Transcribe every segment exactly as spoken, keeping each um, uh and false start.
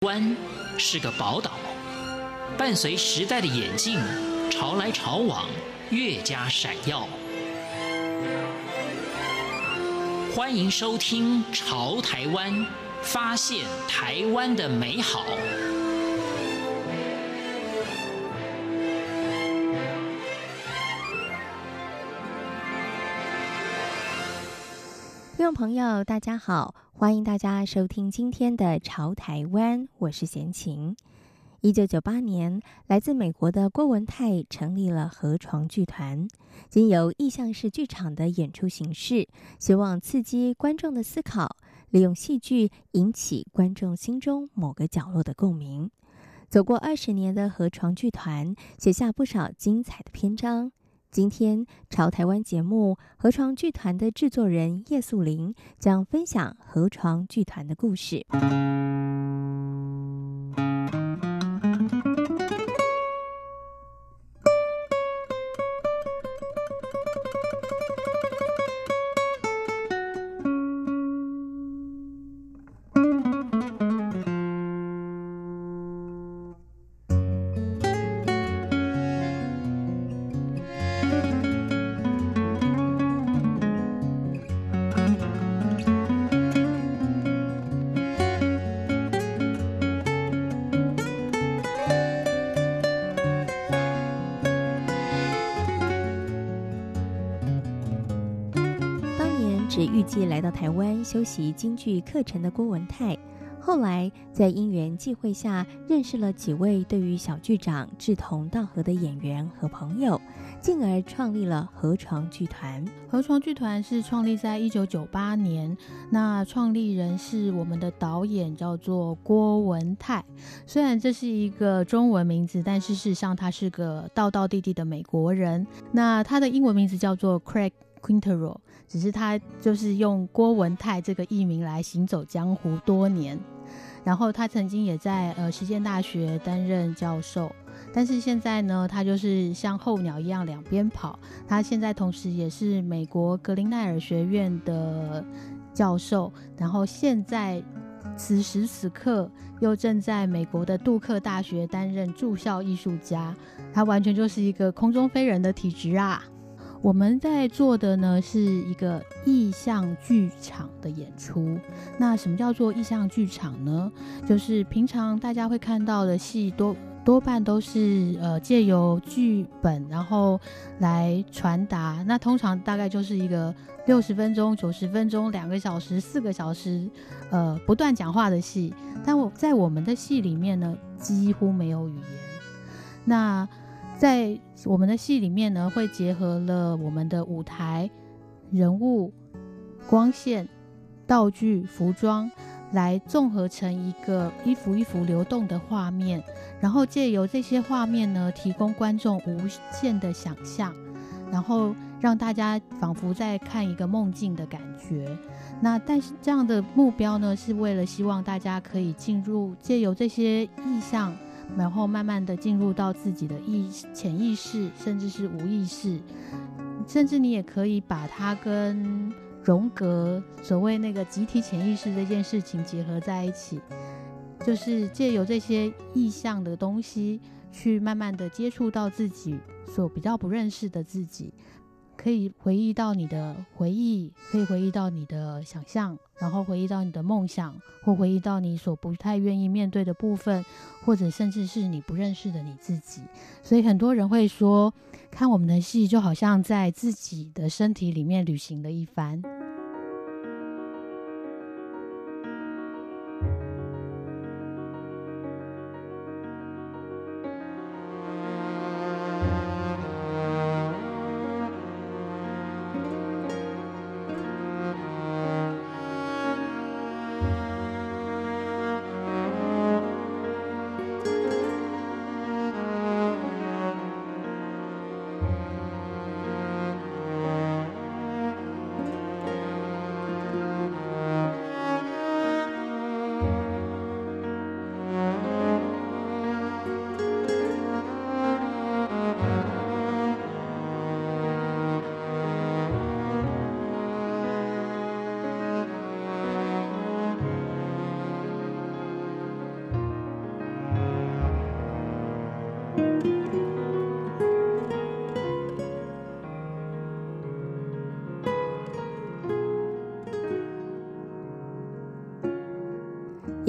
湾是个宝岛，伴随时代的演进，潮来潮往，越加闪耀。欢迎收听《潮台湾》，发现台湾的美好。 听众朋友大家好，欢迎大家收听今天的潮台湾，我是贤琴。一九九八年，来自美国的郭文泰成立了河床剧团，经由意象式剧场的演出形式，希望刺激观众的思考，利用戏剧引起观众心中某个角落的共鸣。走过二十年的河床剧团，写下不少精彩的篇章。今天潮台湾节目河床剧团的制作人叶素玲将分享河床剧团的故事。只预计来到台湾修习京剧课程的郭文泰，后来在因缘际会下认识了几位对于小剧场志同道合的演员和朋友，进而创立了河床剧团。 河床剧团是创立在一九九八年，那创立人是我们的导演，叫做郭文泰。虽然这是一个中文名字，但是事实上他是个道道地地的美国人。那他的英文名字叫做 Craig Quintero， 只是他就是用郭文泰这个艺名来行走江湖多年。然后他曾经也在呃实践大学担任教授，但是现在呢，他就是像候鸟一样两边跑。他现在同时也是美国格林奈尔学院的教授，然后现在此时此刻又正在美国的杜克大学担任驻校艺术家。他完全就是一个空中飞人的体质啊！我们在做的呢是一个意象剧场的演出。那什么叫做意象剧场呢？就是平常大家会看到的戏多多半都是呃借由剧本然后来传达。那通常大概就是一个六十分钟、九十分钟、两个小时、四个小时，呃不断讲话的戏。但我在我们的戏里面呢，几乎没有语言。那在我们的戏里面呢，会结合了我们的舞台、人物、光线、道具、服装，来综合成一个一幅一幅流动的画面，然后借由这些画面呢，提供观众无限的想象，然后让大家仿佛在看一个梦境的感觉。那但是这样的目标呢，是为了希望大家可以进入，借由这些意象，然后慢慢的进入到自己的意潜意识，甚至是无意识，甚至你也可以把它跟荣格所谓那个集体潜意识这件事情结合在一起，就是借由这些意象的东西去慢慢的接触到自己所比较不认识的自己，可以回忆到你的回忆，可以回忆到你的想象，然后回忆到你的梦想，或回忆到你所不太愿意面对的部分，或者甚至是你不认识的你自己。所以很多人会说，看我们的戏就好像在自己的身体里面旅行了一番。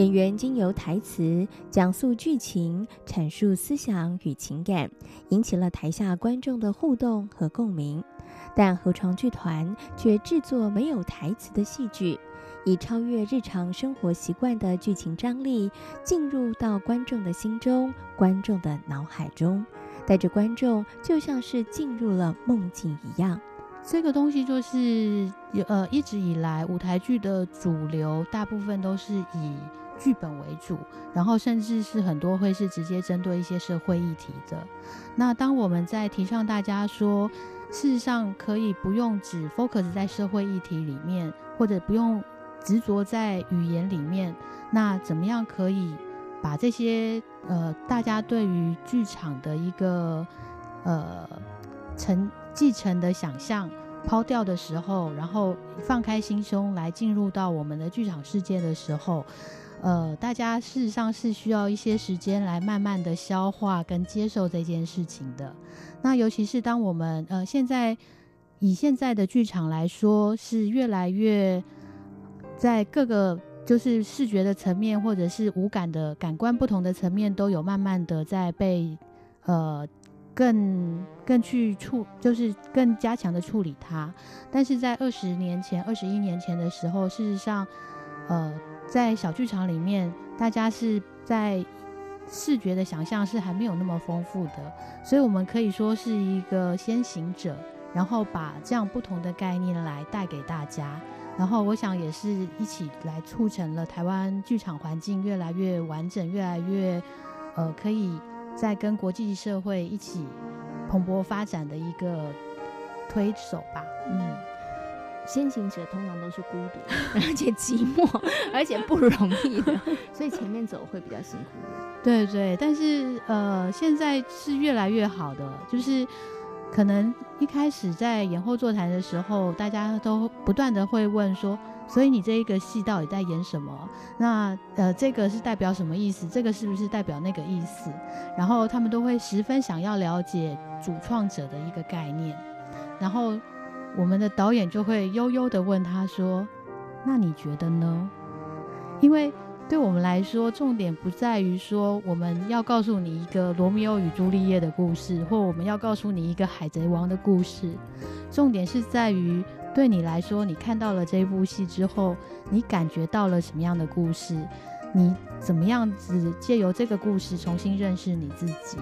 演员经由台词讲述剧情，阐述思想与情感，引起了台下观众的互动和共鸣。但河床剧团却制作没有台词的戏剧，以超越日常生活习惯的剧情张力进入到观众的心中，观众的脑海中，带着观众就像是进入了梦境一样。 这个东西就是呃，一直以来舞台剧的主流大部分都是以剧本为主，然后甚至是很多会是直接针对一些社会议题的。那当我们在提倡大家说事实上可以不用只 focus 在社会议题里面，或者不用执着在语言里面，那怎么样可以把这些呃大家对于剧场的一个呃承继承的想象抛掉的时候，然后放开心胸来进入到我们的剧场世界的时候，呃，大家事实上是需要一些时间来慢慢的消化跟接受这件事情的。那尤其是当我们呃现在以现在的剧场来说，是越来越在各个就是视觉的层面或者是五感的感官不同的层面都有慢慢的在被呃更更去处就是更加强的处理它。但是在二十年前二十一年前的时候，事实上呃在小剧场里面大家是在视觉的想象是还没有那么丰富的，所以我们可以说是一个先行者，然后把这样不同的概念来带给大家，然后我想也是一起来促成了台湾剧场环境越来越完整，越来越呃可以在跟国际社会一起蓬勃发展的一个推手吧。嗯， 先行者通常都是孤独而且寂寞而且不容易的，所以前面走会比较辛苦一点。 对对，但是呃现在是越来越好的，就是可能一开始在演后座谈的时候，大家都不断的会问说，所以你这一个戏到底在演什么？那呃这个是代表什么意思？这个是不是代表那个意思？然后他们都会十分想要了解主创者的一个概念，然后我们的导演就会悠悠的问他说，那你觉得呢？因为对我们来说，重点不在于说我们要告诉你一个罗密欧与朱丽叶的故事，或我们要告诉你一个海贼王的故事，重点是在于对你来说，你看到了这部戏之后，你感觉到了什么样的故事，你怎么样子借由这个故事重新认识你自己。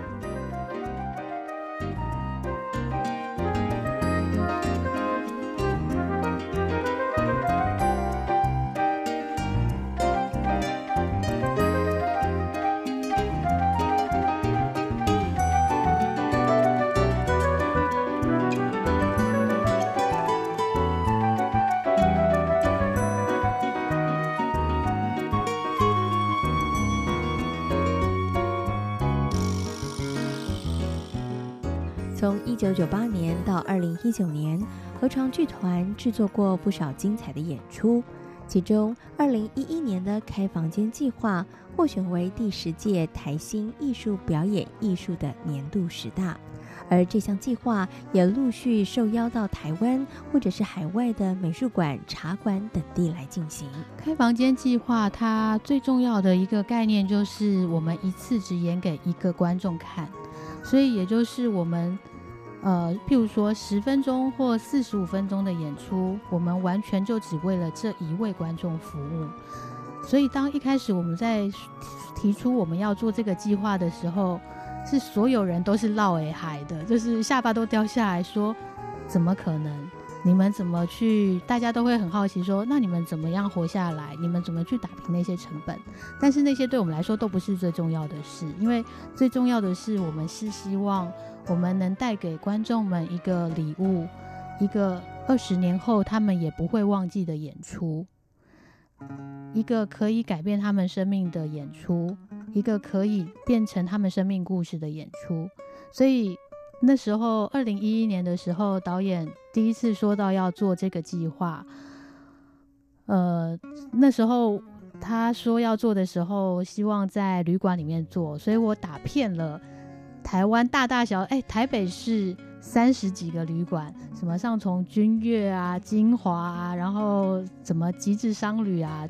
从一九九八年到二零一九年，河床剧团制作过不少精彩的演出，其中二零一一年的开房间计划获选为第十届台新艺术表演艺术的年度十大，而这项计划也陆续受邀到台湾或者是海外的美术馆、茶馆等地来进行。 开房间计划它最重要的一个概念就是我们一次只演给一个观众看，所以也就是我们呃，譬如说十分钟或四十五分钟的演出，我们完全就只为了这一位观众服务。所以当一开始我们在提出我们要做这个计划的时候，是所有人都是落下海的，就是下巴都掉下来说怎么可能，你们怎么去，大家都会很好奇说，那你们怎么样活下来，你们怎么去打平那些成本。但是那些对我们来说都不是最重要的事，因为最重要的是我们是希望我们能带给观众们一个礼物，一个二十年后他们也不会忘记的演出，一个可以改变他们生命的演出，一个可以变成他们生命故事的演出。所以那时候二零一一年的时候，导演第一次说到要做这个计划，呃，那时候他说要做的时候希望在旅馆里面做，所以我打遍了台湾大大小哎，台北市三十几个旅馆，什么上从君悦啊、金华啊，然后怎么极致商旅啊，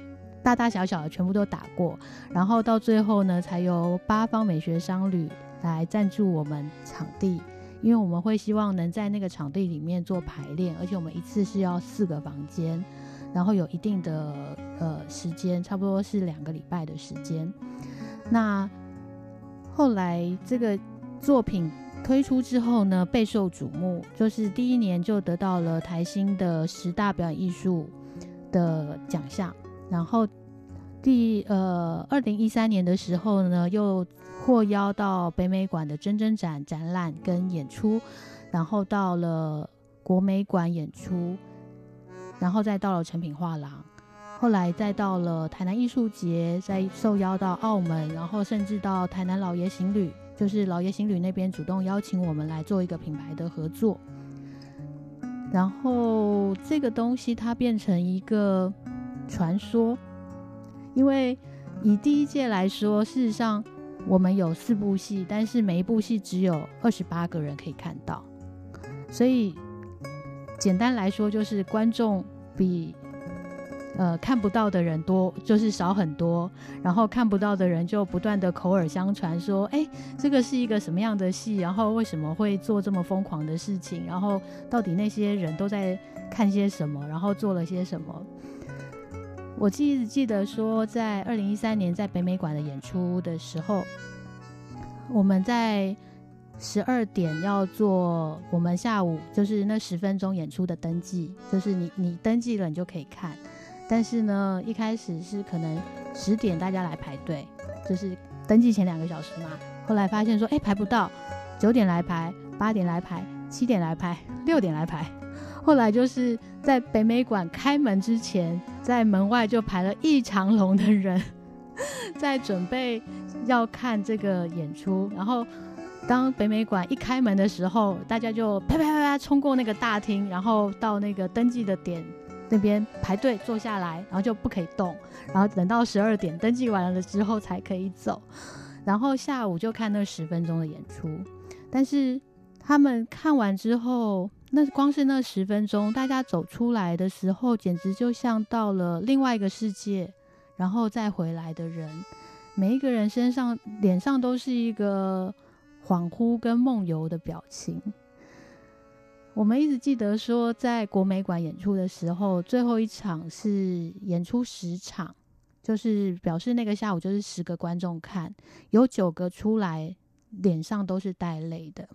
大大小小的全部都打过，然后到最后呢，才由八方美学商旅来赞助我们场地，因为我们会希望能在那个场地里面做排练，而且我们一次是要四个房间，然后有一定的呃时间，差不多是两个礼拜的时间。那后来这个作品推出之后呢，备受瞩目，就是第一年就得到了台新的十大表演艺术的奖项，然后第呃二零一三年的时候呢，又获邀到北美馆的真真展展览跟演出，然后到了国美馆演出，然后再到了诚品画廊，后来再到了台南艺术节，再受邀到澳门，然后甚至到台南老爷行旅，就是老爷行旅那边主动邀请我们来做一个品牌的合作。然后这个东西它变成一个传说，因为以第一届来说，事实上我们有四部戏，但是每一部戏只有二十八个人可以看到，所以简单来说就是观众比呃看不到的人多，就是少很多，然后看不到的人就不断的口耳相传说，哎，这个是一个什么样的戏，然后为什么会做这么疯狂的事情，然后到底那些人都在看些什么，然后做了些什么。我记记得说在二零一三年在北美馆的演出的时候，我们在十二点要做我们下午就是那十分钟演出的登记，就是你你登记了你就可以看，但是呢一开始是可能十点大家来排队，就是登记前两个小时嘛，后来发现说哎排不到，九点来排，八点来排，七点来排，六点来排，后来就是在北美馆开门之前，在门外就排了一长龙的人在准备要看这个演出，然后当北美馆一开门的时候，大家就啪啪啪啪冲过那个大厅，然后到那个登记的点那边排队坐下来，然后就不可以动，然后等到十二点登记完了之后才可以走，然后下午就看那十分钟的演出。但是他们看完之后，那光是那十分钟大家走出来的时候，简直就像到了另外一个世界，然后再回来的人每一个人身上脸上都是一个恍惚跟梦游的表情。我们一直记得说在国美馆演出的时候，最后一场是演出十场，就是表示那个下午就是十个观众看，有九个出来脸上都是带泪的。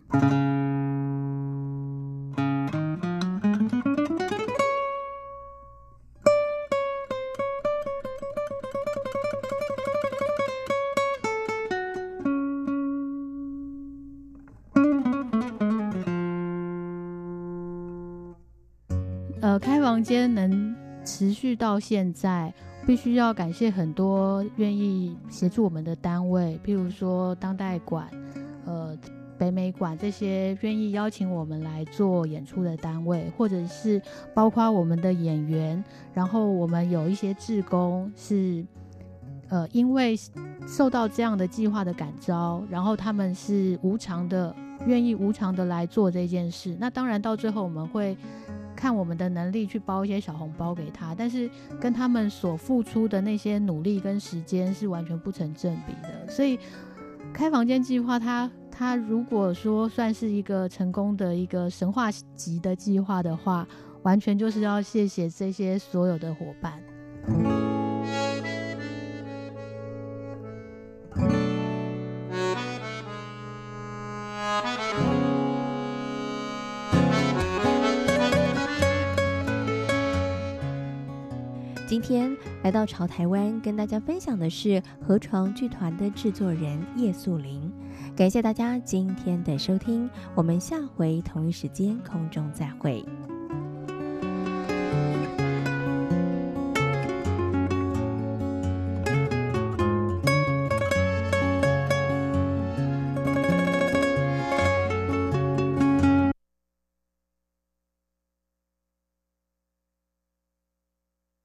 呃，开房间能持续到现在，必须要感谢很多愿意协助我们的单位，譬如说当代馆、呃北美馆这些愿意邀请我们来做演出的单位，或者是包括我们的演员，然后我们有一些志工是呃因为受到这样的计划的感召，然后他们是无偿的，愿意无偿的来做这件事。那当然到最后我们会看我们的能力去包一些小红包给他，但是跟他们所付出的那些努力跟时间是完全不成正比的。所以开房间计划它它如果说算是一个成功的一个神话级的计划的话，完全就是要谢谢这些所有的伙伴。 今天来到潮台湾跟大家分享的是河床剧团的制作人叶素玲，感谢大家今天的收听，我们下回同一时间空中再会。